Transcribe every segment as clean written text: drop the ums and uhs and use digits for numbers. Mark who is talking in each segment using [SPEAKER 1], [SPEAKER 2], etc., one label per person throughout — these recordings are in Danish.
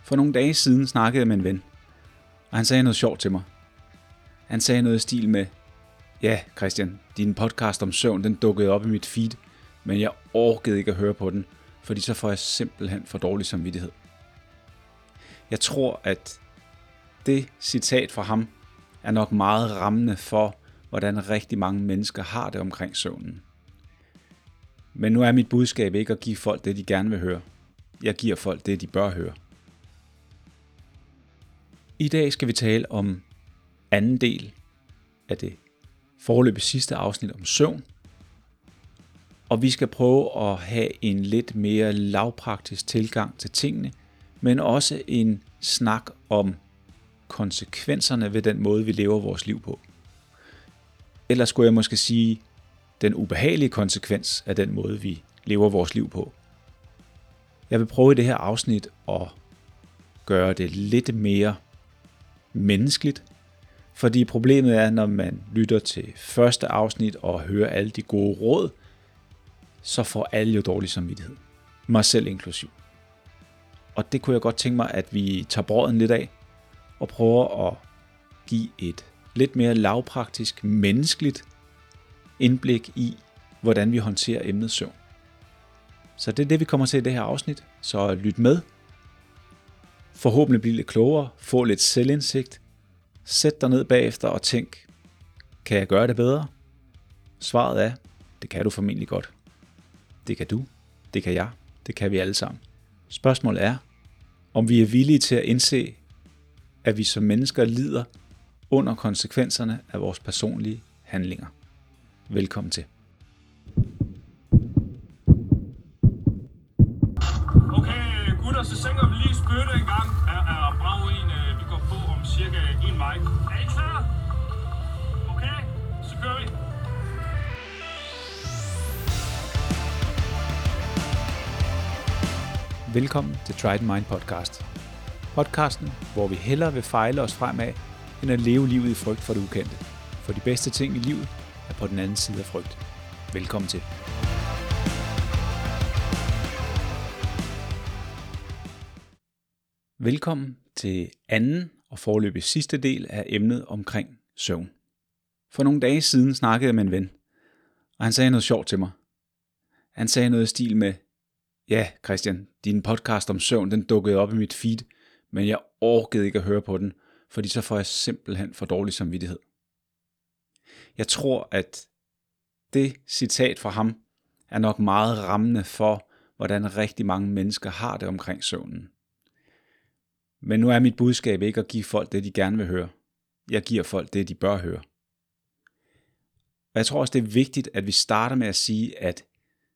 [SPEAKER 1] For nogle dage siden snakkede jeg med en ven, og han sagde noget sjovt til mig. Han sagde noget i stil med, ja Christian, din podcast om søvn, den dukkede op i mit feed, men jeg orkede ikke at høre på den, fordi så får jeg simpelthen for dårlig samvittighed. Jeg tror, at det citat fra ham er nok meget rammende for, hvordan rigtig mange mennesker har det omkring søvnen. Men nu er mit budskab ikke at give folk det, de gerne vil høre. Jeg giver folk det, de bør høre. I dag skal vi tale om anden del af det foreløbig sidste afsnit om søvn. Og vi skal prøve at have en lidt mere lavpraktisk tilgang til tingene, men også en snak om konsekvenserne ved den måde, vi lever vores liv på. Eller skulle jeg måske sige, den ubehagelige konsekvens af den måde, vi lever vores liv på. Jeg vil prøve i det her afsnit at gøre det lidt mere menneskeligt, fordi problemet er, når man lytter til første afsnit og hører alle de gode råd, så får alle jo dårlig samvittighed. Mig selv inklusiv. Og det kunne jeg godt tænke mig, at vi tager brodden lidt af og prøver at give et lidt mere lavpraktisk, menneskeligt indblik i, hvordan vi håndterer emnet søvn. Så det er det, vi kommer til i det her afsnit. Så lyt med. Forhåbentlig blive lidt klogere, få lidt selvindsigt. Sæt dig ned bagefter og tænk, kan jeg gøre det bedre? Svaret er, det kan du formentlig godt. Det kan du, det kan jeg, det kan vi alle sammen. Spørgsmålet er, om vi er villige til at indse, at vi som mennesker lider under konsekvenserne af vores personlige handlinger. Velkommen til.
[SPEAKER 2] Okay, gutter, så sænker vi lige spytte en gang. Er brav en, vi går på om cirka en vej. Er I klar? Okay, så kører vi.
[SPEAKER 1] Velkommen til Try the Mind podcast. Podcasten, hvor vi hellere vil fejle os fremad, end at leve livet i frygt for det ukendte. For de bedste ting i livet er på den anden side af frygt. Velkommen til. Velkommen til anden og foreløbig sidste del af emnet omkring søvn. For nogle dage siden snakkede jeg med en ven, og han sagde noget sjovt til mig. Han sagde noget i stil med, ja Christian, din podcast om søvn, den dukkede op i mit feed, men jeg orkede ikke at høre på den, fordi så får jeg simpelthen for dårlig samvittighed. Jeg tror, at det citat fra ham er nok meget rammende for, hvordan rigtig mange mennesker har det omkring søvnen. Men nu er mit budskab ikke at give folk det, de gerne vil høre. Jeg giver folk det, de bør høre. Og jeg tror også, det er vigtigt, at vi starter med at sige, at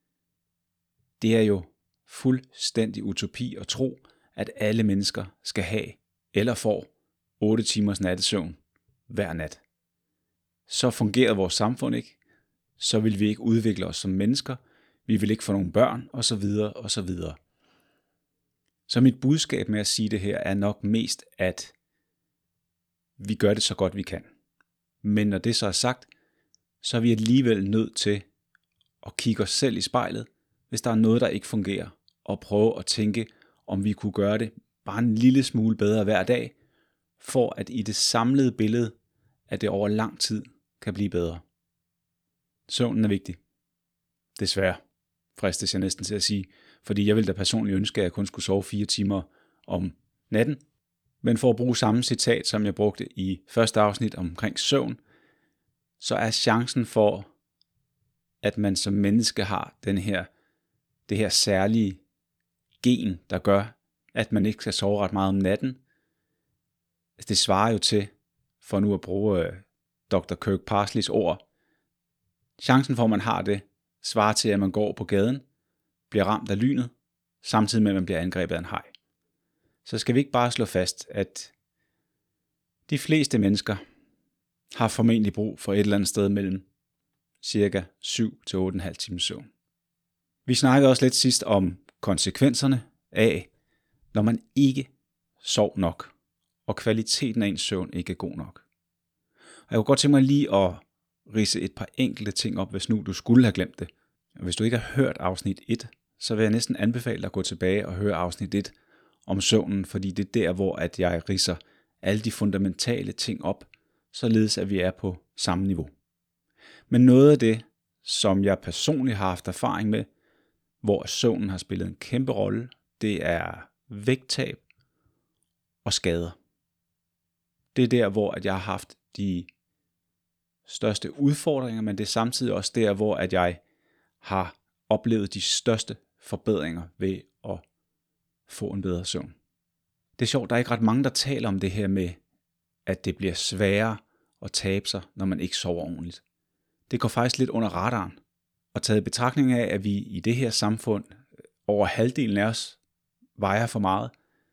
[SPEAKER 1] det er jo fuldstændig utopi at tro, at alle mennesker skal have eller får 8 timers nattesøvn hver nat. Så fungerer vores samfund ikke. Så vil vi ikke udvikle os som mennesker. Vi vil ikke få nogle børn, osv. osv. Så mit budskab med at sige det her er nok mest, at vi gør det så godt vi kan. Men når det så er sagt, så er vi alligevel nødt til at kigge os selv i spejlet, hvis der er noget, der ikke fungerer, og prøve at tænke, om vi kunne gøre det bare en lille smule bedre hver dag, for at i det samlede billede, at det over lang tid kan blive bedre. Søvnen er vigtig. Desværre, fristes jeg næsten til at sige, fordi jeg ville da personligt ønske, at jeg kun skulle sove 4 timer om natten. Men for at bruge samme citat, som jeg brugte i første afsnit omkring søvn, så er chancen for, at man som menneske har det her særlige gen, der gør, at man ikke skal sove ret meget om natten. Det svarer jo til, for nu at bruge Dr. Kirk Parsleys ord, chancen for, at man har det, svarer til, at man går på gaden, bliver ramt af lynet, samtidig med, at man bliver angrebet af en haj. Så skal vi ikke bare slå fast, at de fleste mennesker har formentlig brug for et eller andet sted mellem cirka 7 til 8,5 timer søvn. Vi snakkede også lidt sidst om konsekvenserne af, når man ikke sov nok, og kvaliteten af ens søvn ikke er god nok. Og jeg kunne godt tænke mig lige at ridse et par enkelte ting op, hvis nu du skulle have glemt det. Og hvis du ikke har hørt afsnit 1, så vil jeg næsten anbefale dig at gå tilbage og høre afsnit 1 om søvnen, fordi det er der, hvor at jeg ridser alle de fundamentale ting op, således at vi er på samme niveau. Men noget af det, som jeg personligt har haft erfaring med, hvor søvnen har spillet en kæmpe rolle, det er vægttab og skader. Det er der, hvor at jeg har haft de største udfordringer, men det er samtidig også der, hvor at jeg har oplevet de største forbedringer ved at få en bedre søvn. Det er sjovt, der er ikke ret mange, der taler om det her med, at det bliver sværere at tabe sig, når man ikke sover ordentligt. Det går faktisk lidt under radaren. Og taget i betragtning af, at vi i det her samfund, over halvdelen af os, vejer for meget,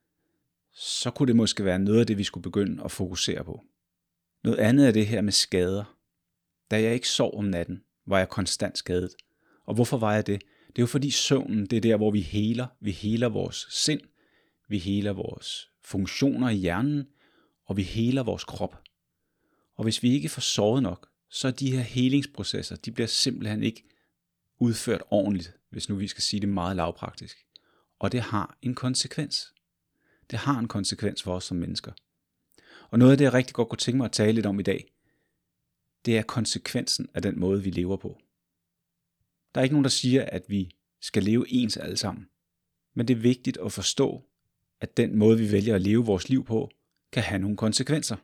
[SPEAKER 1] så kunne det måske være noget af det, vi skulle begynde at fokusere på. Noget andet er det her med skader. Da jeg ikke sov om natten, var jeg konstant skadet. Og hvorfor var jeg det? Det er jo fordi søvnen, det er der, hvor vi heler. Vi heler vores sind, vi heler vores funktioner i hjernen, og vi heler vores krop. Og hvis vi ikke får sovet nok, så er de her helingsprocesser, de bliver simpelthen ikke udført ordentligt, hvis nu vi skal sige det meget lavpraktisk. Og det har en konsekvens. Det har en konsekvens for os som mennesker. Og noget af det, jeg rigtig godt kunne tænke mig at tale lidt om i dag, det er konsekvensen af den måde, vi lever på. Der er ikke nogen, der siger, at vi skal leve ens alle sammen. Men det er vigtigt at forstå, at den måde, vi vælger at leve vores liv på, kan have nogle konsekvenser.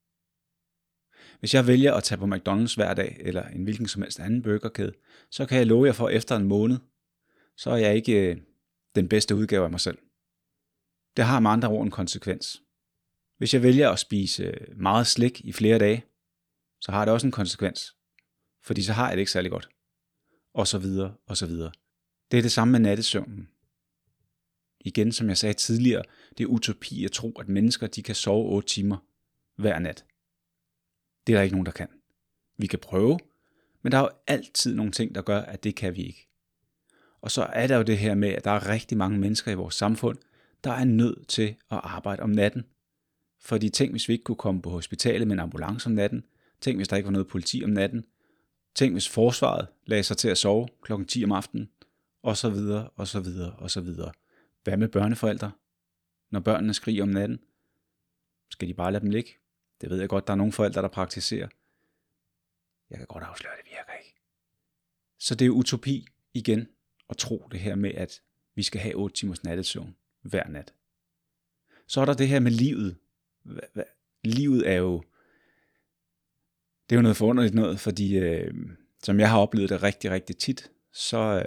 [SPEAKER 1] Hvis jeg vælger at tage på McDonald's hver dag, eller en hvilken som helst anden burgerkæde, så kan jeg love jer for, at efter en måned, så er jeg ikke den bedste udgave af mig selv. Det har med andre ord en konsekvens. Hvis jeg vælger at spise meget slik i flere dage, så har det også en konsekvens. Fordi så har jeg det ikke særlig godt. Og så videre, og så videre. Det er det samme med nattesøvnen. Igen, som jeg sagde tidligere, det er utopi at tro, at mennesker de kan sove 8 timer hver nat. Det er der ikke nogen, der kan. Vi kan prøve, men der er jo altid nogle ting, der gør, at det kan vi ikke. Og så er der jo det her med, at der er rigtig mange mennesker i vores samfund, der er nødt til at arbejde om natten. Fordi tænk, hvis vi ikke kunne komme på hospitalet med en ambulance om natten. Tænk, hvis der ikke var noget politi om natten. Tænk, hvis forsvaret lagde sig til at sove klokken 10 om aftenen. Og så videre, og så videre, og så videre. Hvad med børneforældre? Når børnene skriger om natten, skal de bare lade dem ligge? Det ved jeg godt, der er nogle forældre, der praktiserer. Jeg kan godt afsløre, det virker ikke. Så det er utopi igen at tro det her med, at vi skal have 8 timers nattesøvn hver nat. Så er der det her med livet. Livet er jo, det er jo noget forunderligt noget, fordi som jeg har oplevet det rigtig, rigtig tit, så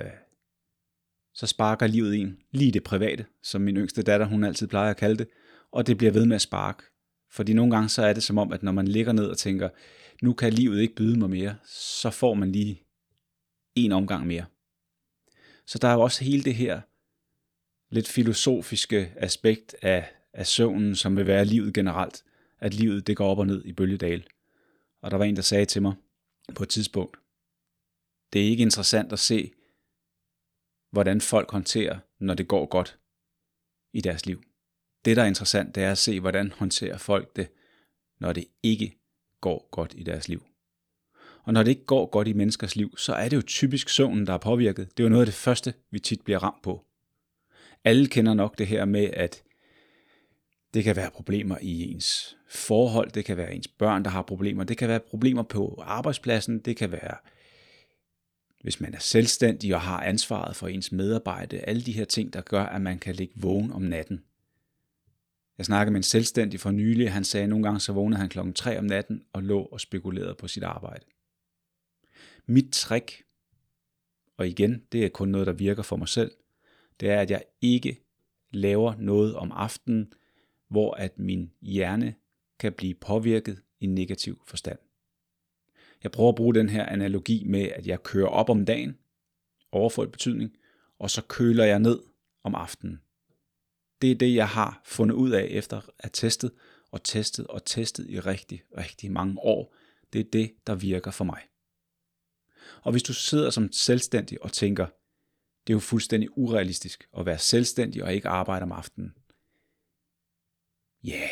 [SPEAKER 1] sparker livet en lige det private, som min yngste datter, hun altid plejer at kalde det, og det bliver ved med at sparke. Fordi nogle gange så er det som om, at når man ligger ned og tænker, nu kan livet ikke byde mig mere, så får man lige en omgang mere. Så der er jo også hele det her lidt filosofiske aspekt af søvnen, som vil være livet generelt. At livet det går op og ned i bølgedale. Og der var en, der sagde til mig på et tidspunkt, det er ikke interessant at se, hvordan folk håndterer, når det går godt i deres liv. Det, der er interessant, det er at se, hvordan håndterer folk det, når det ikke går godt i deres liv. Og når det ikke går godt i menneskers liv, så er det jo typisk søvnen, der er påvirket. Det er jo noget af det første, vi tit bliver ramt på. Alle kender nok det her med, at det kan være problemer i ens forhold, det kan være ens børn, der har problemer, det kan være problemer på arbejdspladsen, det kan være, hvis man er selvstændig og har ansvaret for ens medarbejde, alle de her ting, der gør, at man kan ligge vågen om natten. Jeg snakkede med en selvstændig for nylig, han sagde, at nogle gange så vågnede han klokken 3 om natten og lå og spekulerede på sit arbejde. Mit trick, og igen, det er kun noget, der virker for mig selv, det er, at jeg ikke laver noget om aftenen, hvor at min hjerne kan blive påvirket i negativ forstand. Jeg prøver at bruge den her analogi med, at jeg kører op om dagen, overført betydning, og så køler jeg ned om aftenen. Det er det, jeg har fundet ud af efter at have testet i rigtig, rigtig mange år. Det er det, der virker for mig. Og hvis du sidder som selvstændig og tænker, det er jo fuldstændig urealistisk at være selvstændig og ikke arbejde om aftenen. Ja,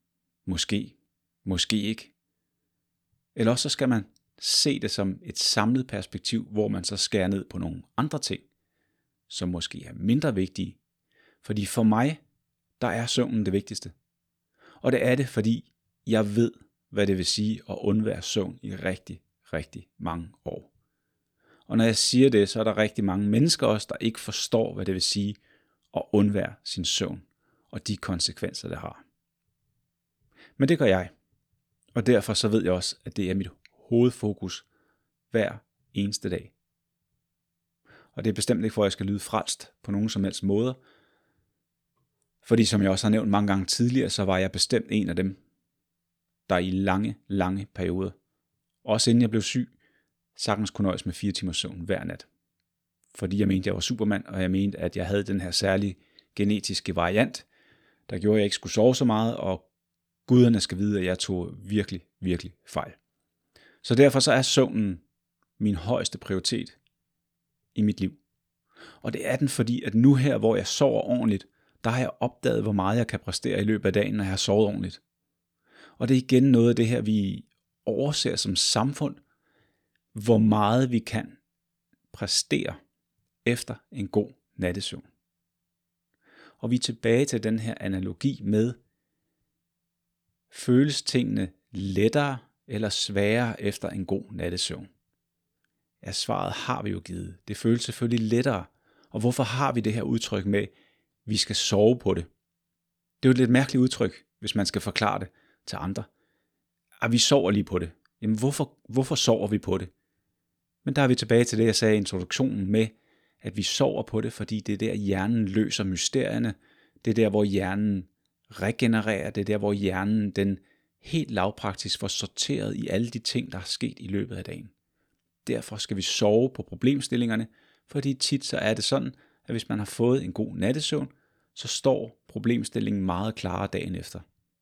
[SPEAKER 1] måske ikke. Eller også så skal man se det som et samlet perspektiv, hvor man så skærer ned på nogle andre ting, som måske er mindre vigtige. Fordi for mig, der er søvnen det vigtigste. Og det er det, fordi jeg ved, hvad det vil sige at undvære søvn i rigtig, rigtig mange år. Og når jeg siger det, så er der rigtig mange mennesker også, der ikke forstår, hvad det vil sige at undvære sin søvn og de konsekvenser, det har. Men det gør jeg. Og derfor så ved jeg også, at det er mit hovedfokus hver eneste dag. Og det er bestemt ikke for, at jeg skal lyde frelst på nogen som helst måder. Fordi som jeg også har nævnt mange gange tidligere, så var jeg bestemt en af dem, der i lange perioder, også inden jeg blev syg, sagtens kunne nøjes med 4 timers søvn hver nat. Fordi jeg mente, jeg var Superman, og jeg mente, at jeg havde den her særlige genetiske variant, der gjorde, at jeg ikke skulle sove så meget, og guderne skal vide, at jeg tog virkelig, virkelig fejl. Så derfor så er søvnen min højeste prioritet i mit liv. Og det er den, fordi at nu her, hvor jeg sover ordentligt, der har jeg opdaget, hvor meget jeg kan præstere i løbet af dagen, når jeg har sovet ordentligt. Og det er igen noget af det her, vi overser som samfund, hvor meget vi kan præstere efter en god nattesøvn. Og vi er tilbage til den her analogi med, føles tingene lettere eller sværere efter en god nattesøvn? Ja, svaret har vi jo givet. Det føles selvfølgelig lettere. Og hvorfor har vi det her udtryk med, vi skal sove på det? Det er jo et lidt mærkeligt udtryk, hvis man skal forklare det til andre. At vi sover lige på det. Jamen hvorfor sover vi på det? Men der er vi tilbage til det, jeg sagde i introduktionen med, at vi sover på det, fordi det er der, hjernen løser mysterierne. Det er der, hvor hjernen regenererer. Det er der, hvor hjernen den helt lavpraktisk får sorteret i alle de ting, der er sket i løbet af dagen. Derfor skal vi sove på problemstillingerne, fordi tit så er det sådan, at hvis man har fået en god nattesøvn, så står problemstillingen meget klarere dagen efter.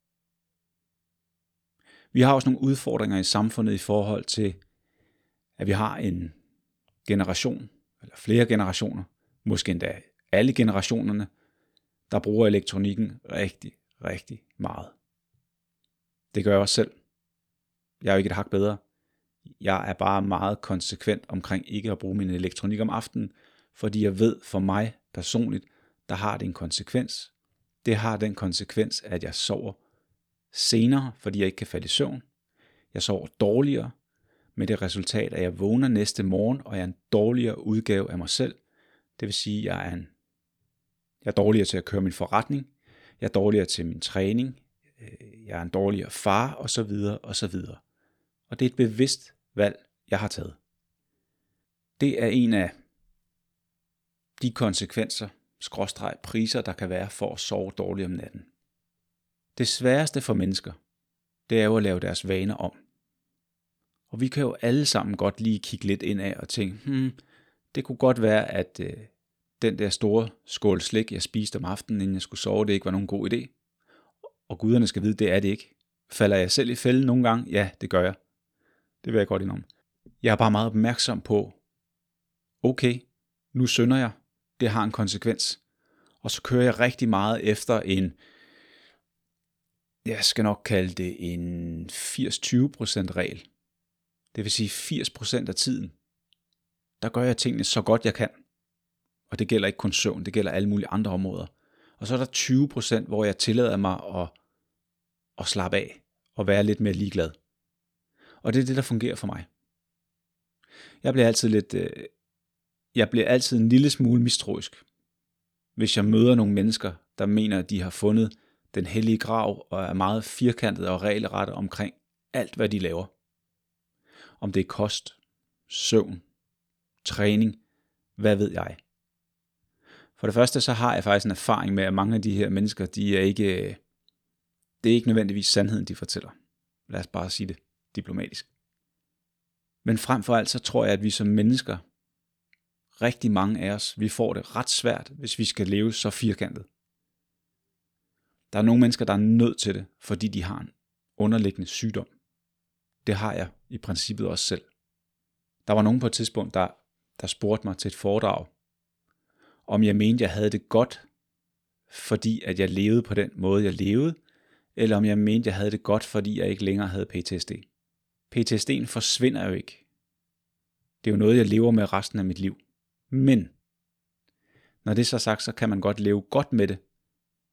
[SPEAKER 1] Vi har også nogle udfordringer i samfundet i forhold til, at vi har en generation, eller flere generationer, måske endda alle generationerne, der bruger elektronikken rigtig, rigtig meget. Det gør jeg også selv. Jeg er jo ikke et hak bedre. Jeg er bare meget konsekvent omkring ikke at bruge min elektronik om aftenen, fordi jeg ved for mig personligt, der har det en konsekvens. Det har den konsekvens, at jeg sover senere, fordi jeg ikke kan falde i søvn. Jeg sover dårligere, med det resultat, at jeg vågner næste morgen, og jeg er en dårligere udgave af mig selv. Det vil sige, at jeg er dårligere til at køre min forretning, jeg er dårligere til min træning, jeg er en dårligere far, osv. osv. Og det er et bevidst valg, jeg har taget. Det er en af de konsekvenser, priser, der kan være for at sove dårligt om natten. Det sværeste for mennesker, det er jo at lave deres vaner om. Og vi kan jo alle sammen godt lige kigge lidt indad og tænke, det kunne godt være, at den der store skål slik, jeg spiste om aftenen, inden jeg skulle sove, det ikke var nogen god idé. Og guderne skal vide, det er det ikke. Falder jeg selv i fælden nogle gange? Ja, det gør jeg. Det vil jeg godt indrømme. Jeg er bare meget opmærksom på, okay, nu synder jeg. Det har en konsekvens. Og så kører jeg rigtig meget efter jeg skal nok kalde det en 80-20% regel. Det vil sige 80% af tiden, der gør jeg tingene så godt jeg kan. Og det gælder ikke kun søvn, det gælder alle mulige andre områder. Og så er der 20%, hvor jeg tillader mig at slappe af og være lidt mere ligeglad. Og det er det, der fungerer for mig. Jeg bliver altid en lille smule mistroisk, hvis jeg møder nogle mennesker, der mener, at de har fundet den hellige grav og er meget firkantede og regelrette omkring alt, hvad de laver. Om det er kost, søvn, træning, hvad ved jeg. For det første så har jeg faktisk en erfaring med, at mange af de her mennesker, det er ikke nødvendigvis sandheden, de fortæller. Lad os bare sige det diplomatisk. Men frem for alt så tror jeg, at vi som mennesker, rigtig mange af os, vi får det ret svært, hvis vi skal leve så firkantet. Der er nogle mennesker, der er nødt til det, fordi de har en underliggende sygdom. Det har jeg i princippet også selv. Der var nogen på et tidspunkt, der spurgte mig til et foredrag, om jeg mente, jeg havde det godt, fordi at jeg levede på den måde, jeg levede, eller om jeg mente, jeg havde det godt, fordi jeg ikke længere havde PTSD. PTSD'en forsvinder jo ikke. Det er jo noget, jeg lever med resten af mit liv. Men når det er så sagt, så kan man godt leve godt med det,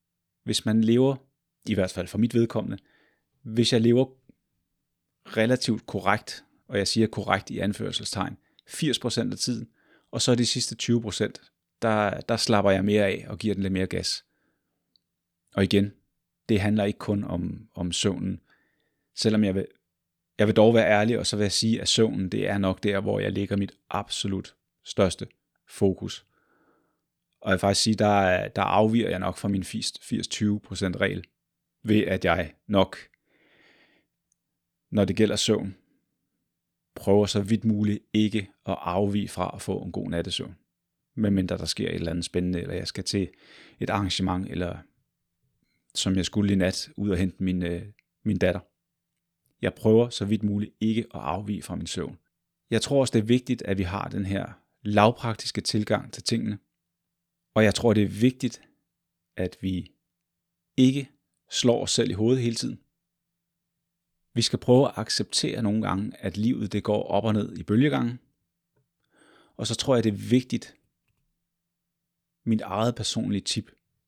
[SPEAKER 1] hvis man lever, i hvert fald for mit vedkommende, hvis jeg lever relativt korrekt, og jeg siger korrekt i anførselstegn, 80% af tiden, og så de sidste 20%, der slapper jeg mere af og giver den lidt mere gas. Og igen, det handler ikke kun om søvnen, selvom jeg vil dog være ærlig, og så vil jeg sige, at søvnen, det er nok der, hvor jeg lægger mit absolut største fokus. Og jeg vil faktisk sige, der afviger jeg nok fra min 80-20% regel, ved at jeg nok, når det gælder søvn, prøver så vidt muligt ikke at afvige fra at få en god nattesøvn. Medmindre der sker et eller andet spændende, eller jeg skal til et arrangement, eller som jeg skulle i nat, ud og hente min datter. Jeg prøver så vidt muligt ikke at afvige fra min søvn. Jeg tror også, det er vigtigt, at vi har den her lavpraktiske tilgang til tingene. Og jeg tror, det er vigtigt, at vi ikke slår os selv i hovedet hele tiden. Vi skal prøve at acceptere nogle gange, at livet det går op og ned i bølgegangen. Og så tror jeg, det er vigtigt, mit eget personlige tip.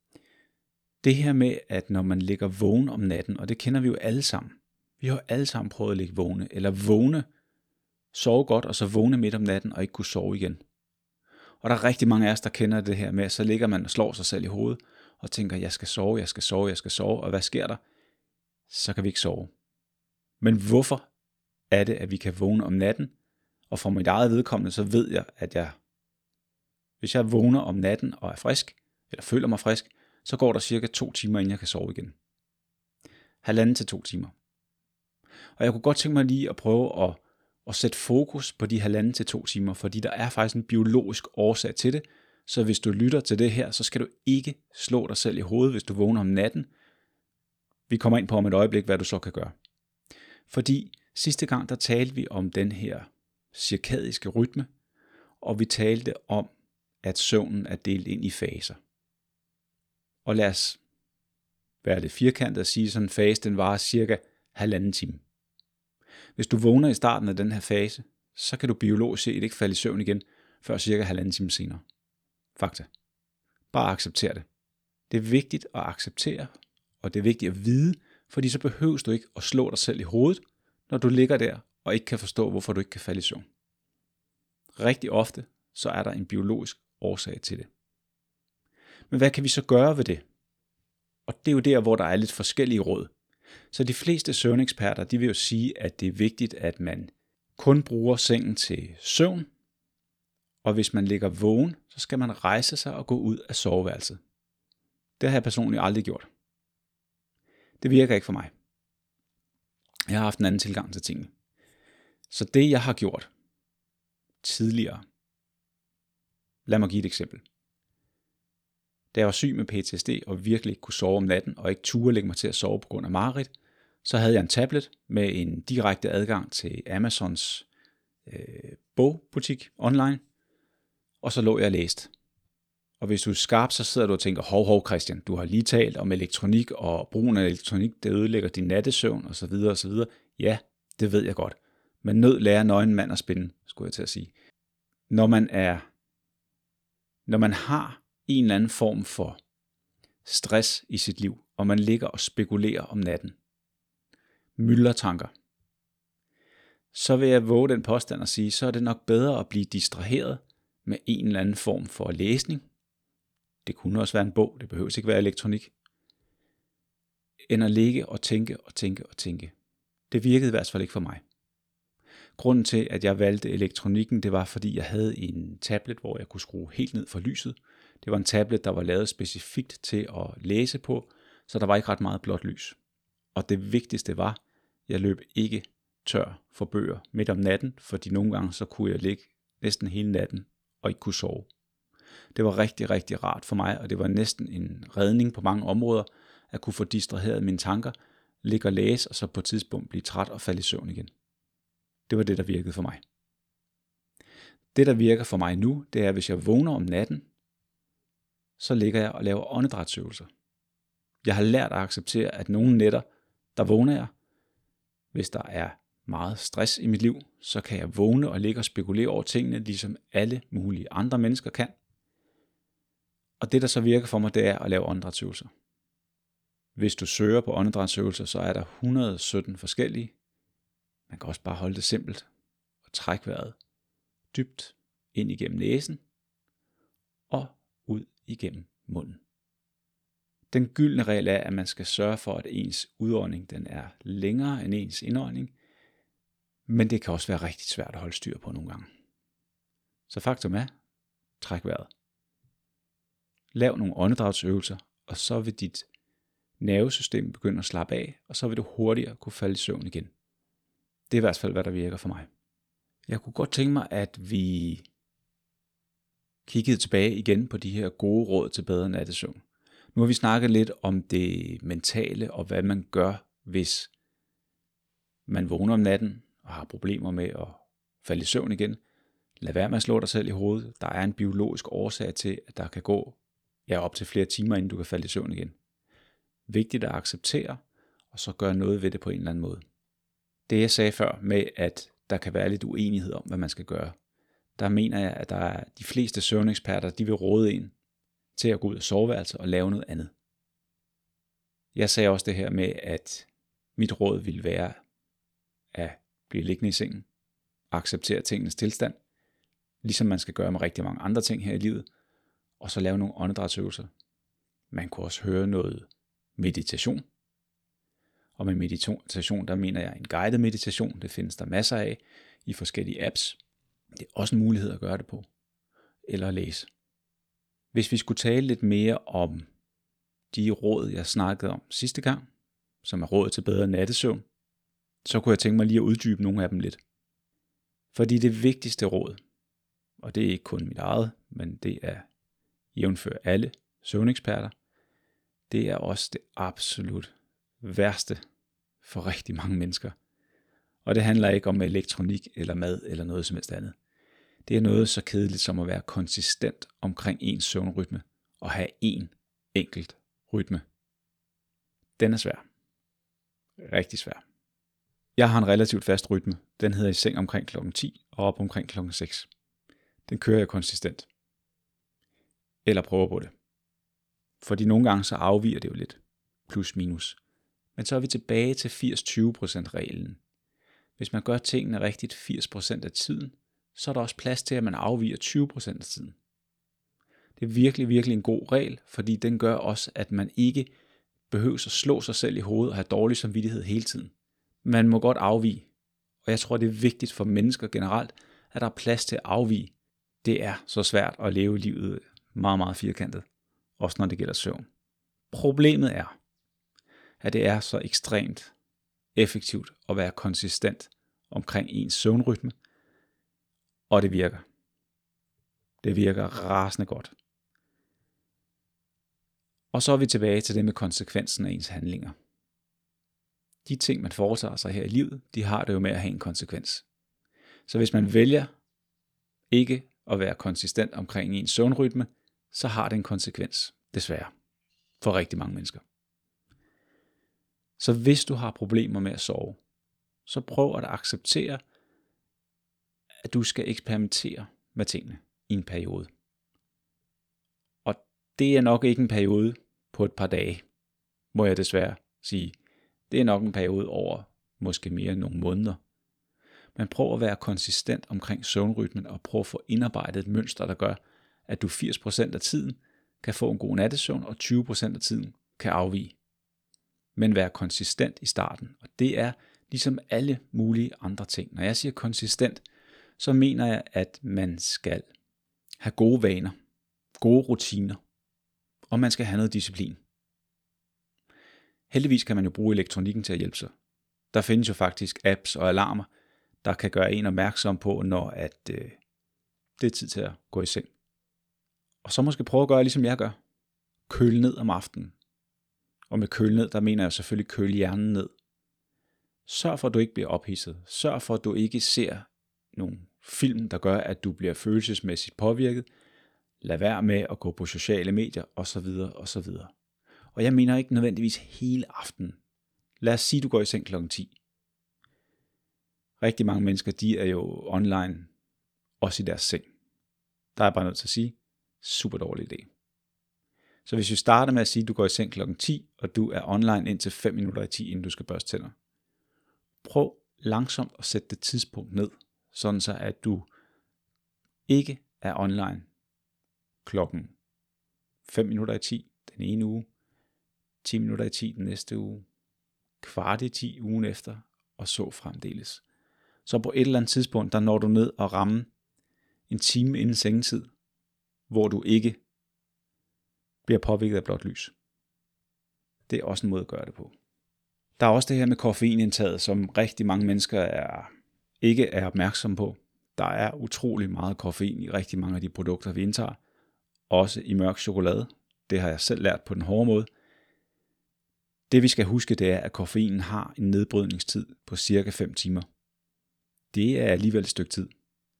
[SPEAKER 1] Det her med, at når man ligger vågen om natten, og det kender vi jo alle sammen. Vi har alle sammen prøvet at ligge vågne, eller vågne, sove godt, og så vågne midt om natten, og ikke kunne sove igen. Og der er rigtig mange af os, der kender det her med, at så ligger man og slår sig selv i hovedet, og tænker, jeg skal sove, og hvad sker der? Så kan vi ikke sove. Men hvorfor er det, at vi kan vågne om natten? Og for mit eget vedkommende, så ved jeg, at hvis jeg vågner om natten og er frisk, eller føler mig frisk, så går der cirka 2 timer, inden jeg kan sove igen. 1,5 til 2 timer. Og jeg kunne godt tænke mig lige at prøve at sætte fokus på de 1,5 til 2 timer, fordi der er faktisk en biologisk årsag til det. Så hvis du lytter til det her, så skal du ikke slå dig selv i hovedet, hvis du vågner om natten. Vi kommer ind på om et øjeblik, hvad du så kan gøre. Fordi sidste gang, der talte vi om den her cirkadiske rytme, og vi talte om, at søvnen er delt ind i faser. Og lad os være lidt firkantet og sige, sådan en fase, den varer cirka 1,5 time. Hvis du vågner i starten af den her fase, så kan du biologisk set ikke falde i søvn igen, før cirka 1,5 time senere. Fakta. Bare accepter det. Det er vigtigt at acceptere, og det er vigtigt at vide, fordi så behøver du ikke at slå dig selv i hovedet, når du ligger der og ikke kan forstå, hvorfor du ikke kan falde i søvn. Rigtig ofte, så er der en biologisk årsag til det. Men hvad kan vi så gøre ved det? Og det er jo der, hvor der er lidt forskellige råd. Så de fleste søvneksperter, de vil jo sige, at det er vigtigt, at man kun bruger sengen til søvn, og hvis man ligger vågen, så skal man rejse sig og gå ud af soveværelset. Det har jeg personligt aldrig gjort. Det virker ikke for mig. Jeg har haft en anden tilgang til tingene. Så det, jeg har gjort tidligere, lad mig give et eksempel. Da jeg var syg med PTSD og virkelig ikke kunne sove om natten, og ikke turde lægge mig til at sove på grund af mareridt, så havde jeg en tablet med en direkte adgang til Amazons bogbutik online, og så lå jeg og læste. Og hvis du er skarp, så sidder du og tænker, hov Christian, du har lige talt om elektronik, og brugen af elektronik, det ødelægger din nattesøvn, osv. osv. Ja, det ved jeg godt. Men nød lærer nøgen mand at spinde, skulle jeg til at sige. Når man har en eller anden form for stress i sit liv, og man ligger og spekulerer om natten, myldertanker, så vil jeg våge den påstand at sige, så er det nok bedre at blive distraheret med en eller anden form for læsning. Det kunne også være en bog, det behøver ikke være elektronik, end at ligge og tænke. Det virkede i hvert fald ikke for mig. Grunden til, at jeg valgte elektronikken, det var, fordi jeg havde en tablet, hvor jeg kunne skrue helt ned for lyset. Det var en tablet, der var lavet specifikt til at læse på, så der var ikke ret meget blåt lys. Og det vigtigste var, at jeg løb ikke tør for bøger midt om natten, fordi nogle gange så kunne jeg ligge næsten hele natten og ikke kunne sove. Det var rigtig, rigtig rart for mig, og det var næsten en redning på mange områder, at kunne få distraheret mine tanker, ligge og læse, og så på et tidspunkt blive træt og falde i søvn igen. Det var det, der virkede for mig. Det, der virker for mig nu, det er, hvis jeg vågner om natten, så ligger jeg og laver åndedrætsøvelser. Jeg har lært at acceptere, at nogle nætter, der vågner jeg. Hvis der er meget stress i mit liv, så kan jeg vågne og ligge og spekulere over tingene, ligesom alle mulige andre mennesker kan. Og det, der så virker for mig, det er at lave åndedrætsøvelser. Hvis du søger på åndedrætsøvelser, så er der 117 forskellige. Man kan også bare holde det simpelt og trække vejret dybt ind igennem næsen og ud igennem munden. Den gyldne regel er, at man skal sørge for, at ens udånding den er længere end ens indånding, men det kan også være rigtig svært at holde styr på nogle gange. Så faktum er, træk vejret. Lav nogle åndedrætsøvelser, og så vil dit nervesystem begynde at slappe af, og så vil du hurtigere kunne falde i søvn igen. Det er i hvert fald, hvad der virker for mig. Jeg kunne godt tænke mig, at vi kiggede tilbage igen på de her gode råd til bedre nattesøvn. Nu har vi snakket lidt om det mentale, og hvad man gør, hvis man vågner om natten og har problemer med at falde i søvn igen. Lad være med at slå dig selv i hovedet. Der er en biologisk årsag til, at der kan gå op til flere timer, inden du kan falde i søvn igen. Vigtigt at acceptere, og så gøre noget ved det på en eller anden måde. Det jeg sagde før med, at der kan være lidt uenighed om, hvad man skal gøre, der mener jeg, at der er de fleste søvneksperter, de vil råde en til at gå ud af soveværelset og lave noget andet. Jeg sagde også det her med, at mit råd ville være at blive liggende i sengen, acceptere tingenes tilstand, ligesom man skal gøre med rigtig mange andre ting her i livet, og så lave nogle åndedrætsøvelser. Man kunne også høre noget meditation. Og med meditation, der mener jeg en guided meditation. Det findes der masser af i forskellige apps. Det er også en mulighed at gøre det på. Eller at læse. Hvis vi skulle tale lidt mere om de råd, jeg snakkede om sidste gang, som er råd til bedre nattesøvn, så kunne jeg tænke mig lige at uddybe nogle af dem lidt. Fordi det vigtigste råd, og det er ikke kun mit eget, men det er jævnfør alle søvneksperter, det er også det absolut værste for rigtig mange mennesker. Og det handler ikke om elektronik eller mad eller noget som helst andet. Det er noget så kedeligt som at være konsistent omkring ens søvnrytme og have én enkelt rytme. Den er svær. Rigtig svær. Jeg har en relativt fast rytme. Den hedder i seng omkring klokken 10 og op omkring klokken 6. Den kører jeg konsistent. Eller prøver på det. Fordi nogle gange så afviger det jo lidt. Plus minus. Men så er vi tilbage til 80-20% reglen. Hvis man gør tingene rigtigt 80% af tiden, så er der også plads til, at man afviger 20% af tiden. Det er virkelig, virkelig en god regel, fordi den gør også, at man ikke behøver at slå sig selv i hovedet og have dårlig samvittighed hele tiden. Man må godt afvige, og jeg tror, det er vigtigt for mennesker generelt, at der er plads til at afvige. Det er så svært at leve livet meget, meget firkantet, også når det gælder søvn. Problemet er, at det er så ekstremt effektivt at være konsistent omkring ens søvnrytme, og det virker. Det virker rasende godt. Og så er vi tilbage til det med konsekvensen af ens handlinger. De ting, man foretager sig her i livet, de har det jo med at have en konsekvens. Så hvis man vælger ikke at være konsistent omkring ens søvnrytme, så har det en konsekvens, desværre, for rigtig mange mennesker. Så hvis du har problemer med at sove, så prøv at acceptere, at du skal eksperimentere med tingene i en periode. Og det er nok ikke en periode på et par dage, må jeg desværre sige. Det er nok en periode over måske mere end nogle måneder. Men prøv at være konsistent omkring søvnrytmen og prøv at få indarbejdet et mønster, der gør, at du 80% af tiden kan få en god nattesøvn, og 20% af tiden kan afvige. Men vær konsistent i starten, og det er ligesom alle mulige andre ting. Når jeg siger konsistent, så mener jeg, at man skal have gode vaner, gode rutiner, og man skal have noget disciplin. Heldigvis kan man jo bruge elektronikken til at hjælpe sig. Der findes jo faktisk apps og alarmer, der kan gøre en opmærksom på, når det er tid til at gå i seng. Og så måske prøve at gøre, ligesom jeg gør. Køle ned om aftenen. Og med køle ned, der mener jeg selvfølgelig køle hjernen ned. Sørg for, at du ikke bliver ophidset. Sørg for, at du ikke ser nogle film, der gør, at du bliver følelsesmæssigt påvirket. Lad være med at gå på sociale medier, osv. osv. Og jeg mener ikke nødvendigvis hele aftenen. Lad os sige, at du går i seng klokken 10. Rigtig mange mennesker, de er jo online, også i deres seng. Der er bare nødt til at sige, super dårlig idé. Så hvis vi starter med at sige, at du går i seng klokken 10, og du er online indtil 5 minutter i 10, inden du skal børste tænder. Prøv langsomt at sætte det tidspunkt ned, sådan så at du ikke er online klokken 5 minutter i 10 den ene uge, 10 minutter i 10 den næste uge, kvart i 10 ugen efter, og så fremdeles. Så på et eller andet tidspunkt, der når du ned og ramme en time inden sengetid, hvor du ikke bliver påvirket af blåt lys. Det er også en måde at gøre det på. Der er også det her med koffeinindtaget, som rigtig mange mennesker ikke er opmærksomme på. Der er utrolig meget koffein i rigtig mange af de produkter, vi indtager. Også i mørk chokolade. Det har jeg selv lært på den hårde måde. Det vi skal huske, det er, at koffeinen har en nedbrydningstid på cirka 5 timer. Det er alligevel et stykke tid.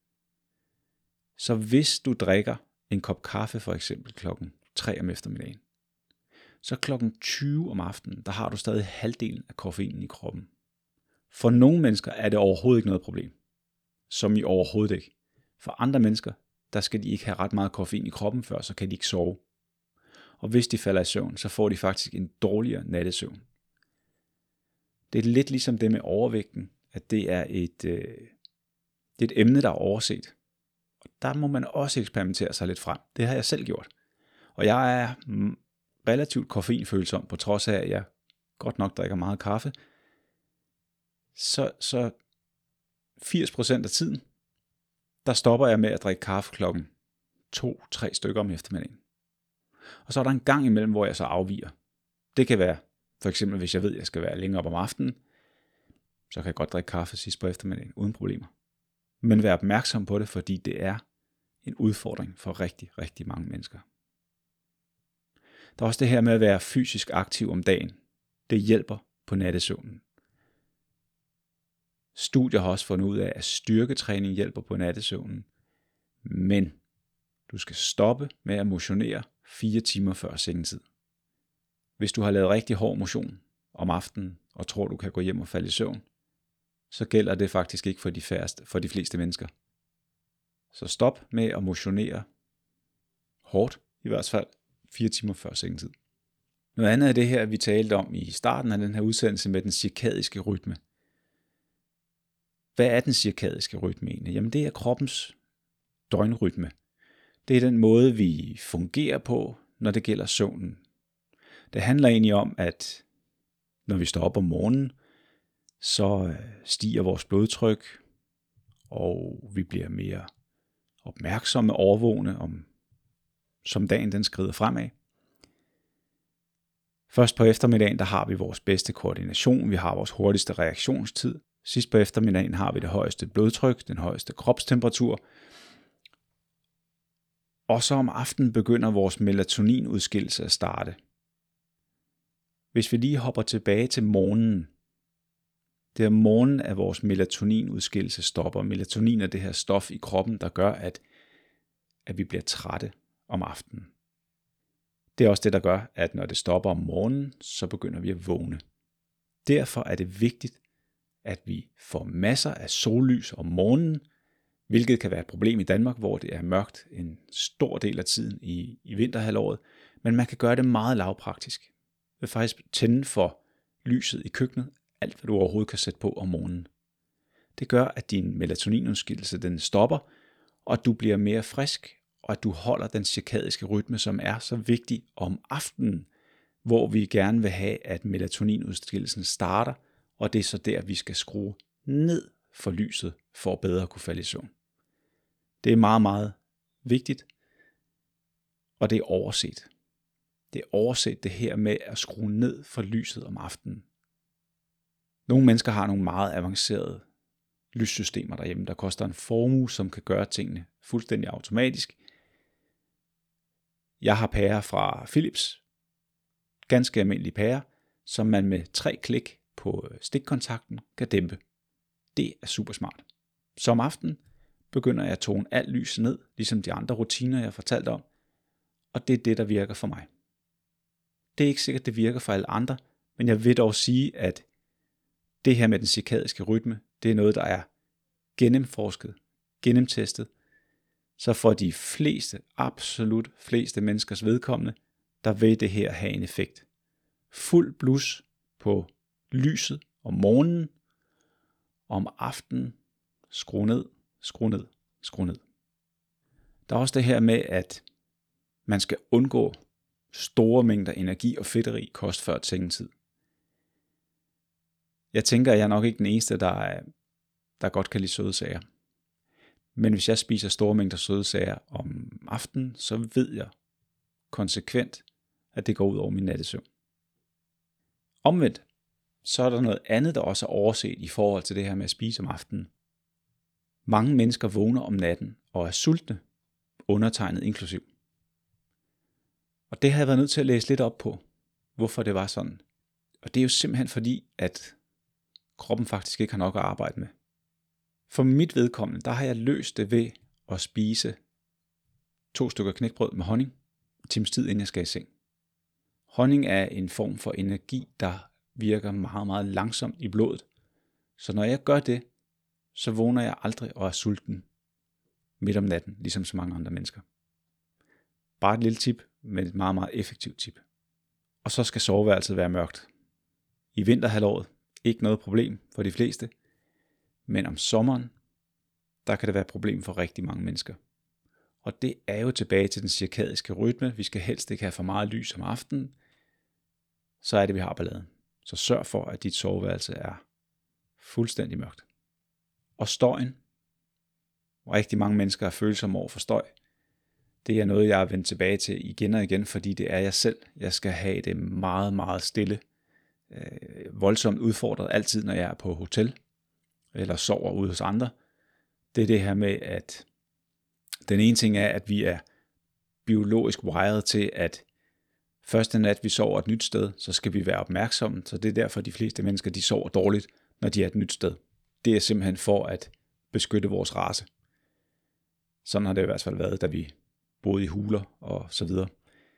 [SPEAKER 1] Så hvis du drikker en kop kaffe for eksempel klokken 3 om eftermiddagen, så klokken 20 om aftenen, der har du stadig halvdelen af koffeinen i kroppen. For nogle mennesker er det overhovedet ikke noget problem. Som i overhovedet ikke. For andre mennesker, der skal de ikke have ret meget koffein i kroppen før, så kan de ikke sove. Og hvis de falder i søvn, så får de faktisk en dårligere nattesøvn. Det er lidt ligesom det med overvægten, at det er et emne, der er overset. Og der må man også eksperimentere sig lidt frem. Det har jeg selv gjort. Og jeg er relativt koffeinfølsom, på trods af, at jeg godt nok drikker meget kaffe. Så 80% af tiden, der stopper jeg med at drikke kaffe klokken 2-3 stykker om eftermiddagen. Og så er der en gang imellem, hvor jeg så afviger. Det kan være, for eksempel hvis jeg ved, at jeg skal være længere op om aftenen, så kan jeg godt drikke kaffe sidst på eftermiddagen, uden problemer. Men vær opmærksom på det, fordi det er en udfordring for rigtig, rigtig mange mennesker. Der er også det her med at være fysisk aktiv om dagen. Det hjælper på nattesøvnen. Studier har også fundet ud af, at styrketræning hjælper på nattesøvnen. Men du skal stoppe med at motionere 4 timer før sengetid. Hvis du har lavet rigtig hård motion om aftenen, og tror du kan gå hjem og falde i søvn, så gælder det faktisk ikke for de fleste mennesker. Så stop med at motionere hårdt, i hvert fald 4 timer før sengetid. Noget andet er det her, vi talte om i starten af den her udsendelse med den cirkadiske rytme. Hvad er den cirkadiske rytme egentlig? Jamen det er kroppens døgnrytme. Det er den måde, vi fungerer på, når det gælder søvnen. Det handler egentlig om, at når vi står op om morgenen, så stiger vores blodtryk, og vi bliver mere opmærksomme og overvågne, som dagen den skrider fremad. Først på eftermiddagen, der har vi vores bedste koordination, vi har vores hurtigste reaktionstid. Sidst på eftermiddagen har vi det højeste blodtryk, den højeste kropstemperatur. Og så om aftenen begynder vores melatoninudskillelse at starte. Hvis vi lige hopper tilbage til morgenen, det er morgenen, at vores melatoninudskillelse stopper. Melatonin er det her stof i kroppen, der gør, at vi bliver trætte om aftenen. Det er også det, der gør, at når det stopper om morgenen, så begynder vi at vågne. Derfor er det vigtigt, at vi får masser af sollys om morgenen, hvilket kan være et problem i Danmark, hvor det er mørkt en stor del af tiden i vinterhalvåret, men man kan gøre det meget lavpraktisk. Du vil faktisk tænde for lyset i køkkenet, alt hvad du overhovedet kan sætte på om morgenen. Det gør, at din melatoninudskillelse den stopper, og at du bliver mere frisk, og at du holder den cirkadiske rytme, som er så vigtig om aftenen, hvor vi gerne vil have, at melatoninudskillelsen starter, og det er så der, vi skal skrue ned for lyset, for at bedre kunne falde i søvn. Det er meget, meget vigtigt, og det er overset. Det er overset det her med at skrue ned for lyset om aftenen. Nogle mennesker har nogle meget avancerede lyssystemer derhjemme, der koster en formue, som kan gøre tingene fuldstændig automatisk. Jeg har pærer fra Philips, ganske almindelige pærer, som man med 3 klik på stikkontakten kan dæmpe. Det er super smart. Så om aftenen begynder jeg at tone alt lys ned, ligesom de andre rutiner, jeg har fortalt om, og det er det, der virker for mig. Det er ikke sikkert, det virker for alle andre, men jeg vil dog sige, at det her med den cirkadiske rytme, det er noget, der er gennemforsket, gennemtestet, så for de fleste, absolut fleste menneskers vedkommende, der vil det her have en effekt. Fuld blus på lyset om morgenen, og om aftenen skru ned, skru ned, skru ned. Der er også det her med, at man skal undgå store mængder energi og fedteri kost før sengetid. Jeg tænker, at jeg er nok ikke den eneste, der godt kan lide søde sager. Men hvis jeg spiser store mængder søde sager om aftenen, så ved jeg konsekvent, at det går ud over min nattesøvn. Omvendt, så er der noget andet, der også er overset i forhold til det her med at spise om aftenen. Mange mennesker vågner om natten og er sultne, undertegnet inklusiv. Og det har jeg været nødt til at læse lidt op på, hvorfor det var sådan. Og det er jo simpelthen fordi, at kroppen faktisk ikke har nok at arbejde med. For mit vedkommende, der har jeg løst det ved at spise 2 stykker knækbrød med honning en times tid, inden jeg skal i seng. Honning er en form for energi, der virker meget, meget langsomt i blodet. Så når jeg gør det, så vågner jeg aldrig og er sulten midt om natten, ligesom så mange andre mennesker. Bare et lille tip, men et meget, meget effektivt tip. Og så skal soveværelset være mørkt. I vinterhalvåret, ikke noget problem for de fleste, men om sommeren, der kan det være et problem for rigtig mange mennesker. Og det er jo tilbage til den cirkadiske rytme. Vi skal helst ikke have for meget lys om aftenen, så er det, vi har balladen. Så sørg for, at dit soveværelse er fuldstændig mørkt. Og støjen. Rigtig mange mennesker er følsomme over for støj. Det er noget, jeg har vendt tilbage til igen og igen, fordi det er jeg selv. Jeg skal have det meget, meget stille. Voldsomt udfordret altid, når jeg er på hotel eller sover ude hos andre. Det er det her med, at den ene ting er, at vi er biologisk wired til, at første nat vi sover et nyt sted, så skal vi være opmærksomme. Så det er derfor, de fleste mennesker de sover dårligt, når de er et nyt sted. Det er simpelthen for at beskytte vores race. Sådan har det i hvert fald været, da vi boede i huler og så videre.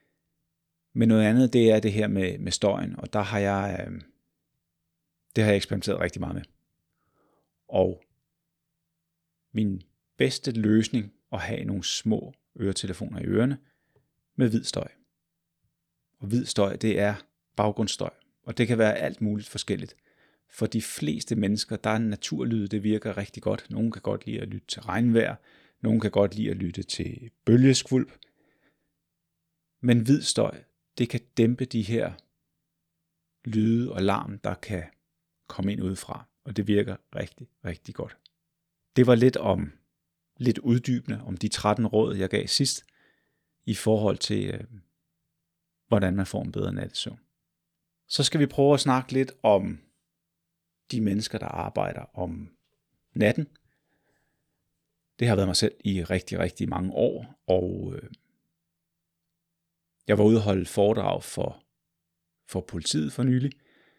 [SPEAKER 1] Men noget andet, det er det her med støjen, og der har jeg eksperimenteret rigtig meget med. Og min bedste løsning at have nogle små øretelefoner i ørerne med hvid støj. Og hvid støj, det er baggrundsstøj, og det kan være alt muligt forskelligt. For de fleste mennesker, der er en naturlyd, det virker rigtig godt. Nogle kan godt lide at lytte til regnvejr, nogle kan godt lide at lytte til bølgeskvulp. Men hvid støj, det kan dæmpe de her lyde og larm, der kan komme ind udefra, og det virker rigtig, rigtig godt. Det var lidt uddybende om de 13 råd, jeg gav sidst, i forhold til, hvordan man får en bedre nattesøvn. Så skal vi prøve at snakke lidt om de mennesker, der arbejder om natten. Det har været mig selv i rigtig, rigtig mange år, og jeg var ude og holde foredrag for politiet for nylig,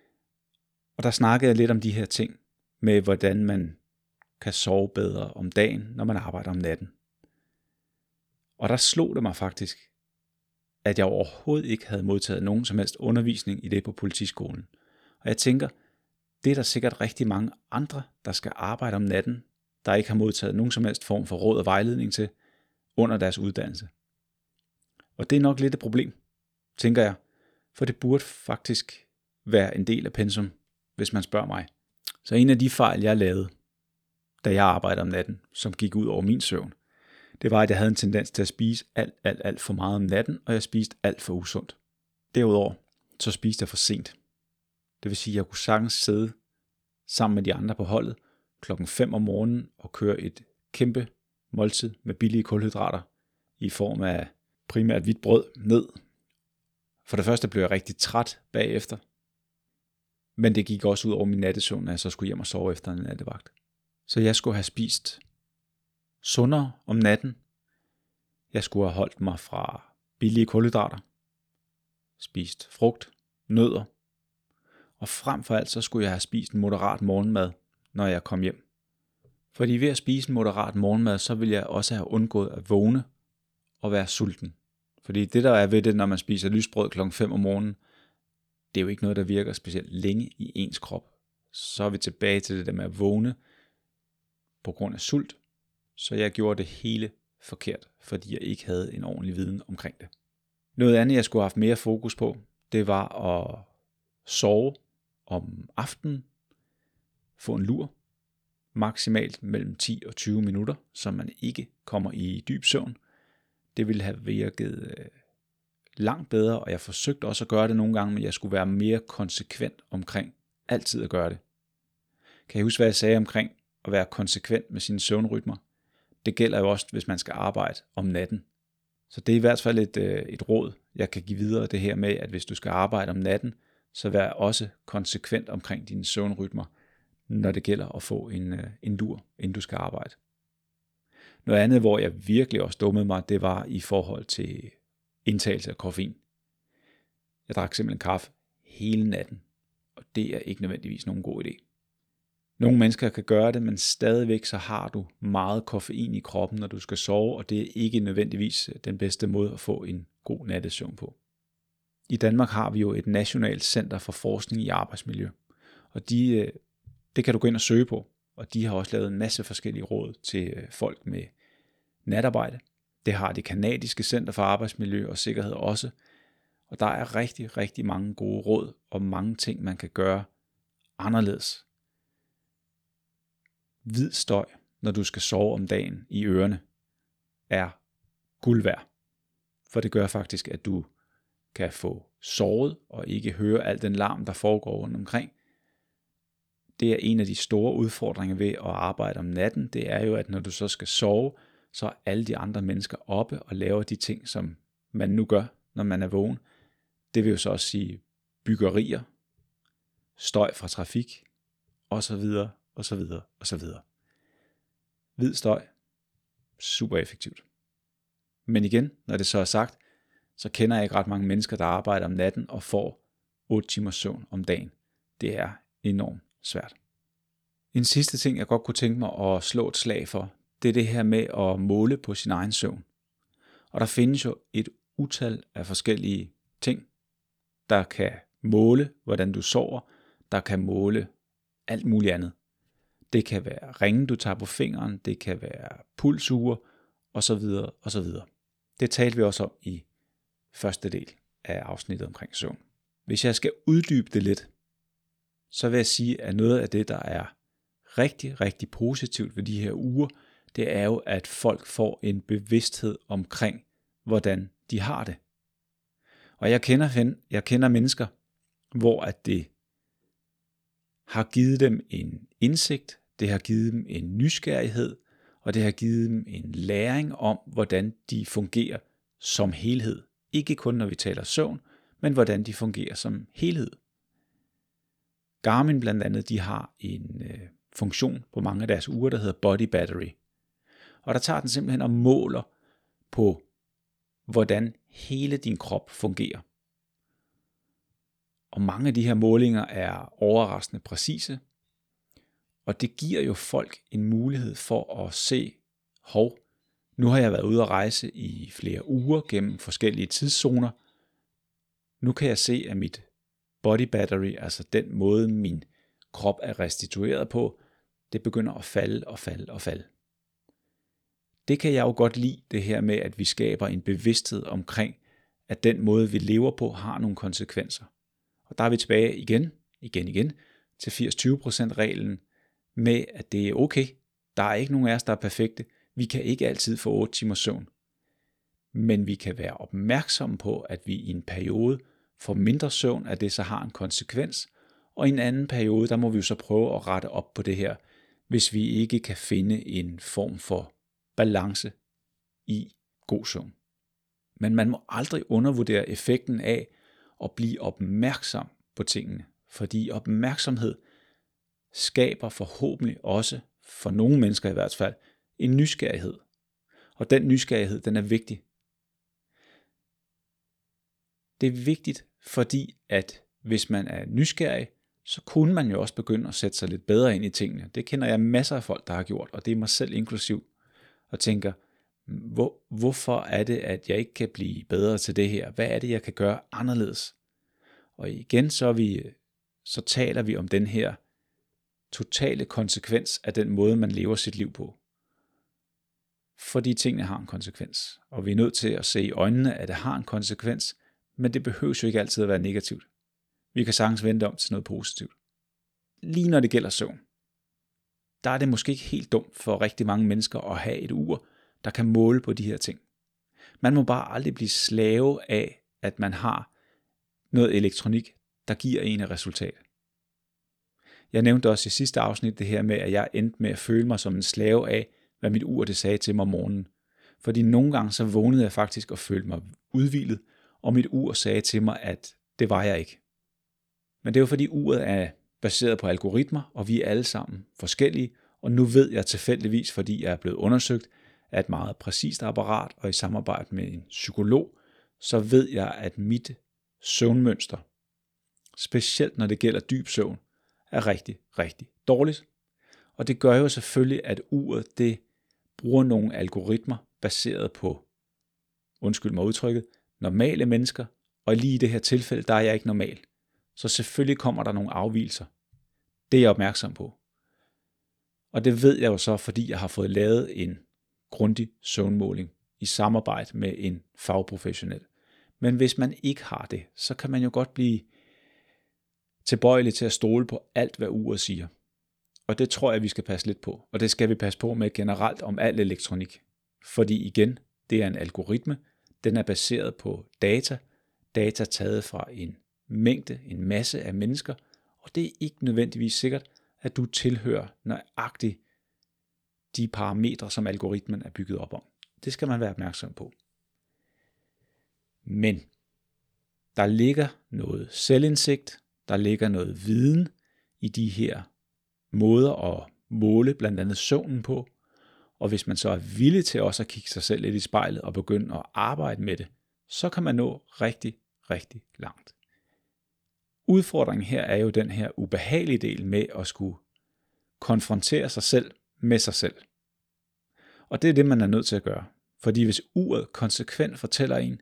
[SPEAKER 1] og der snakkede jeg lidt om de her ting, med hvordan man kan sove bedre om dagen, når man arbejder om natten. Og der slog det mig faktisk, at jeg overhovedet ikke havde modtaget nogen som helst undervisning i det på politiskolen. Og jeg tænker, det er der sikkert rigtig mange andre, der skal arbejde om natten, der ikke har modtaget nogen som helst form for råd og vejledning til under deres uddannelse. Og det er nok lidt et problem, tænker jeg, for det burde faktisk være en del af pensum, hvis man spørger mig. Så en af de fejl, jeg lavede, da jeg arbejdede om natten, som gik ud over min søvn, det var, at jeg havde en tendens til at spise alt for meget om natten, og jeg spiste alt for usundt. Derudover, så spiste jeg for sent. Det vil sige, at jeg kunne sagtens sidde sammen med de andre på holdet 5:00 om morgenen og køre et kæmpe måltid med billige kulhydrater i form af primært hvidt brød ned. For det første blev jeg rigtig træt bagefter, men det gik også ud over min nattesøvn, når jeg så skulle hjem og sove efter en nattevagt. Så jeg skulle have spist sundere om natten. Jeg skulle have holdt mig fra billige kulhydrater, spist frugt, nødder, og frem for alt så skulle jeg have spist en moderat morgenmad, når jeg kom hjem. Fordi ved at spise en moderat morgenmad, så ville jeg også have undgået at vågne og være sulten. Fordi det der er ved det, når man spiser lysbrød 5:00 om morgenen, det er jo ikke noget, der virker specielt længe i ens krop. Så er vi tilbage til det der med at vågne på grund af sult. Så jeg gjorde det hele forkert, fordi jeg ikke havde en ordentlig viden omkring det. Noget andet, jeg skulle have haft mere fokus på, det var at sove om aftenen, få en lur, maksimalt mellem 10 og 20 minutter, så man ikke kommer i dyb søvn. Det ville have virket langt bedre, og jeg forsøgte også at gøre det nogle gange, men jeg skulle være mere konsekvent omkring altid at gøre det. Kan I huske, hvad jeg sagde omkring at være konsekvent med sine søvnrytmer? Det gælder jo også, hvis man skal arbejde om natten. Så det er i hvert fald et råd, jeg kan give videre, det her med, at hvis du skal arbejde om natten, så vær også konsekvent omkring dine søvnrytmer, når det gælder at få en lur, inden du skal arbejde. Noget andet, hvor jeg virkelig også dummede mig, det var i forhold til indtagelse af koffein. Jeg drak simpelthen kaffe hele natten, og det er ikke nødvendigvis nogen god idé. Nogle mennesker kan gøre det, men stadigvæk så har du meget koffein i kroppen, når du skal sove, og det er ikke nødvendigvis den bedste måde at få en god nattesøvn på. I Danmark har vi jo et nationalt center for forskning i arbejdsmiljø, og det kan du gå ind og søge på, og de har også lavet en masse forskellige råd til folk med natarbejde. Det har det kanadiske center for arbejdsmiljø og sikkerhed også, og der er rigtig, rigtig mange gode råd og mange ting, man kan gøre anderledes. Hvid støj, når du skal sove om dagen i ørerne, er guld værd. For det gør faktisk, at du kan få sovet og ikke høre al den larm, der foregår rundt omkring. Det er en af de store udfordringer ved at arbejde om natten. Det er jo, at når du så skal sove, så er alle de andre mennesker oppe og laver de ting, som man nu gør, når man er vågen. Det vil jo så også sige byggerier, støj fra trafik, osv. osv. osv. Hvid støj, super effektivt. Men igen, når det så er sagt, så kender jeg ikke ret mange mennesker, der arbejder om natten og får 8 timers søvn om dagen. Det er enormt svært. En sidste ting, jeg godt kunne tænke mig at slå et slag for, det er det her med at måle på sin egen søvn. Og der findes jo et utal af forskellige ting, der kan måle, hvordan du sover, der kan måle alt muligt andet. Det kan være ringen, du tager på fingeren, det kan være pulsure, osv. osv. Det talte vi også om i første del af afsnittet omkring søvn. Hvis jeg skal uddybe det lidt, så vil jeg sige, at noget af det, der er rigtig, rigtig positivt ved de her uger, det er jo, at folk får en bevidsthed omkring, hvordan de har det. Og jeg kender mennesker, hvor at det har givet dem en indsigt, det har givet dem en nysgerrighed, og det har givet dem en læring om, hvordan de fungerer som helhed. Ikke kun når vi taler søvn, men hvordan de fungerer som helhed. Garmin blandt andet, de har en funktion på mange af deres ure, der hedder Body Battery. Og der tager den simpelthen og måler på, hvordan hele din krop fungerer. Og mange af de her målinger er overraskende præcise, og det giver jo folk en mulighed for at se, nu har jeg været ude at rejse i flere uger gennem forskellige tidszoner. Nu kan jeg se, at mit body battery, altså den måde min krop er restitueret på, det begynder at falde og falde og falde. Det kan jeg jo godt lide, det her med, at vi skaber en bevidsthed omkring, at den måde, vi lever på, har nogle konsekvenser. Og der er vi tilbage igen til 80-20% reglen med, at det er okay. Der er ikke nogen af os, der er perfekte. Vi kan ikke altid få 8 timer søvn. Men vi kan være opmærksomme på, at vi i en periode får mindre søvn, at det så har en konsekvens. Og i en anden periode, der må vi jo så prøve at rette op på det her, hvis vi ikke kan finde en form for balance i god søvn. Men man må aldrig undervurdere effekten af at blive opmærksom på tingene, fordi opmærksomhed skaber forhåbentlig også, for nogle mennesker i hvert fald, en nysgerrighed. Og den nysgerrighed, den er vigtig. Det er vigtigt, fordi at hvis man er nysgerrig, så kunne man jo også begynde at sætte sig lidt bedre ind i tingene. Det kender jeg masser af folk, der har gjort, og det er mig selv inklusiv, og tænker, hvorfor er det, at jeg ikke kan blive bedre til det her? Hvad er det, jeg kan gøre anderledes? Og igen, så taler vi om den her totale konsekvens af den måde, man lever sit liv på. fordi tingene har en konsekvens. Og vi er nødt til at se i øjnene, at det har en konsekvens, men det behøver jo ikke altid at være negativt. Vi kan sagtens vende om til noget positivt. Lige når det gælder søvn, der er det måske ikke helt dumt for rigtig mange mennesker at have et ur, der kan måle på de her ting. Man må bare aldrig blive slave af, at man har noget elektronik, der giver en et resultat. Jeg nævnte også i sidste afsnit det her med, at jeg endte med at føle mig som en slave af, hvad mit ur det sagde til mig om morgenen. Fordi nogle gange så vågnede jeg faktisk og følte mig udhvilet, og mit ur sagde til mig, at det var jeg ikke. Men det er jo fordi uret er baseret på algoritmer, og vi er alle sammen forskellige, og nu ved jeg tilfældigvis, fordi jeg er blevet undersøgt af et meget præcist apparat, og i samarbejde med en psykolog, så ved jeg, at mit søvnmønster, specielt når det gælder dyb søvn, er rigtig, rigtig dårligt. Og det gør jo selvfølgelig, at uret det bruger nogle algoritmer baseret på, undskyld mig udtrykket, normale mennesker, og lige i det her tilfælde, der er jeg ikke normal. Så selvfølgelig kommer der nogle afvigelser. Det er jeg opmærksom på. Og det ved jeg jo så, fordi jeg har fået lavet en grundig søvnmåling i samarbejde med en fagprofessionel. Men hvis man ikke har det, så kan man jo godt blive tilbøjelig til at stole på alt, hvad uret siger. Og det tror jeg, vi skal passe lidt på. Og det skal vi passe på med generelt om al elektronik. Fordi igen, det er en algoritme. Den er baseret på data. Data taget fra en masse af mennesker. Og det er ikke nødvendigvis sikkert, at du tilhører nøjagtigt de parametre, som algoritmen er bygget op om. Det skal man være opmærksom på. Men der ligger noget selvindsigt, der ligger noget viden i de her måder at måle blandt andet søvnen på. Og hvis man så er villig til også at kigge sig selv lidt i spejlet og begynde at arbejde med det, så kan man nå rigtig, rigtig langt. Udfordringen her er jo den her ubehagelige del med at skulle konfrontere sig selv med sig selv. Og det er det, man er nødt til at gøre. Fordi hvis uret konsekvent fortæller en,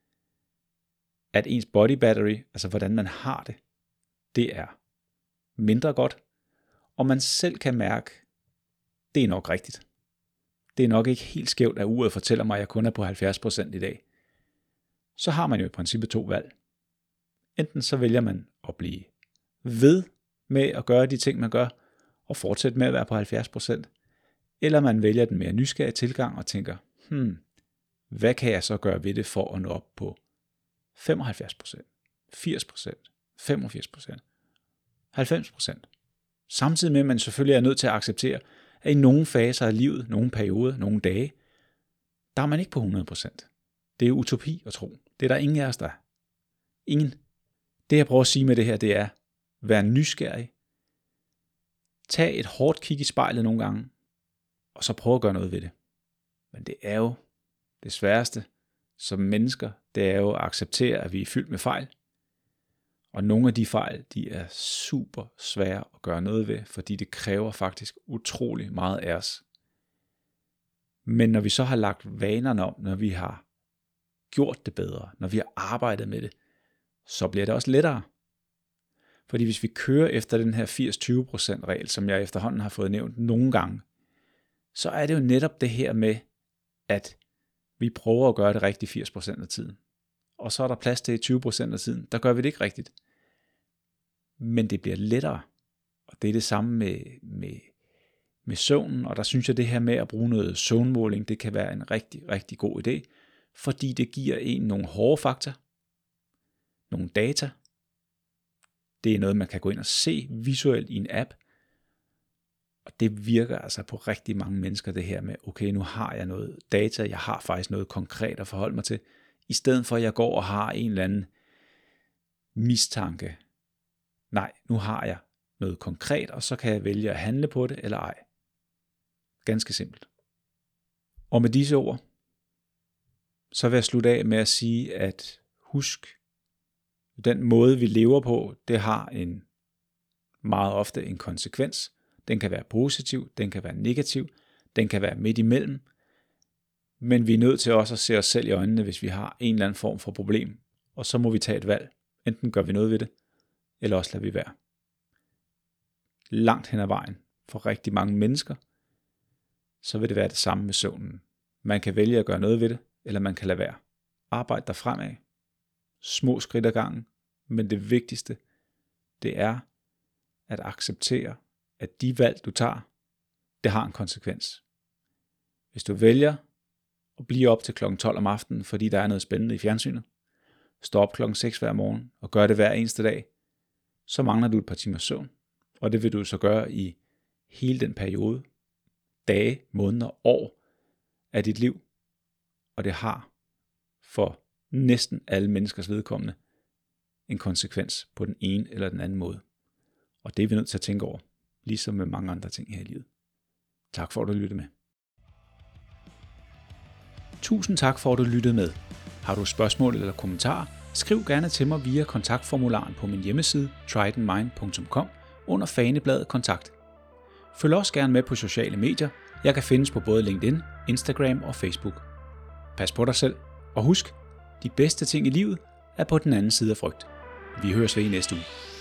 [SPEAKER 1] at ens body battery, altså hvordan man har det, det er mindre godt, og man selv kan mærke, det er nok rigtigt. Det er nok ikke helt skævt, at uret fortæller mig, at jeg kun er på 70% i dag. Så har man jo i princippet 2 valg. Enten så vælger man at blive ved med at gøre de ting, man gør, og fortsætte med at være på 70%, eller man vælger den mere nysgerrige tilgang og tænker, hvad kan jeg så gøre ved det for at nå op på 75%, 80%, 85%, 90%. Samtidig med, at man selvfølgelig er nødt til at acceptere, at i nogle faser af livet, nogle perioder, nogle dage, der er man ikke på 100%. Det er utopi at tro. Det er der ingen af os, der er. Ingen. Det jeg prøver at sige med det her, det er, vær nysgerrig. Tag et hårdt kig i spejlet nogle gange, og så prøv at gøre noget ved det. Men det er jo det sværeste som mennesker, det er jo at acceptere, at vi er fyldt med fejl. Og nogle af de fejl, de er super svære at gøre noget ved, fordi det kræver faktisk utrolig meget af os. Men når vi så har lagt vanerne om, når vi har gjort det bedre, når vi har arbejdet med det, så bliver det også lettere. Fordi hvis vi kører efter den her 80-20% regel, som jeg efterhånden har fået nævnt nogle gange, så er det jo netop det her med, at vi prøver at gøre det rigtigt 80% af tiden. Og så er der plads til 20% af tiden, der gør vi det ikke rigtigt. Men det bliver lettere. Og det er det samme med søvnen, og der synes jeg, det her med at bruge noget søvnmåling, det kan være en rigtig, rigtig god idé, fordi det giver en nogle hårde fakta, nogle data. Det er noget, man kan gå ind og se visuelt i en app, og det virker altså på rigtig mange mennesker, det her med, okay, nu har jeg noget data, jeg har faktisk noget konkret at forholde mig til, i stedet for at jeg går og har en eller anden mistanke. Nej, nu har jeg noget konkret, og så kan jeg vælge at handle på det eller ej. Ganske simpelt. Og med disse ord, så vil jeg slutte af med at sige, at husk, den måde vi lever på, det har meget ofte en konsekvens. Den kan være positiv, den kan være negativ, den kan være midt imellem. Men vi er nødt til også at se os selv i øjnene, hvis vi har en eller anden form for problem. Og så må vi tage et valg. Enten gør vi noget ved det, eller også lader vi være. Langt hen ad vejen for rigtig mange mennesker, så vil det være det samme med søvnen. Man kan vælge at gøre noget ved det, eller man kan lade være. Arbejde dig fremad. Små skridt ad gangen, men det vigtigste, det er at acceptere, at de valg, du tager, det har en konsekvens. Hvis du vælger at blive op til kl. 12 om aftenen, fordi der er noget spændende i fjernsynet, stå op kl. 6 hver morgen og gør det hver eneste dag, så mangler du et par timers søvn. Og det vil du så gøre i hele den periode, dage, måneder, år af dit liv. Og det har for næsten alle menneskers vedkommende en konsekvens på den ene eller den anden måde. Og det er vi nødt til at tænke over, ligesom med mange andre ting her i livet. Tak for at du lyttede med. Tusind tak for at du lyttede med. Har du spørgsmål eller kommentarer, skriv gerne til mig via kontaktformularen på min hjemmeside tridentmind.com under fanebladet kontakt. Følg også gerne med på sociale medier. Jeg kan findes på både LinkedIn, Instagram og Facebook. Pas på dig selv, og husk, de bedste ting i livet er på den anden side af frygt. Vi høres ved i næste uge.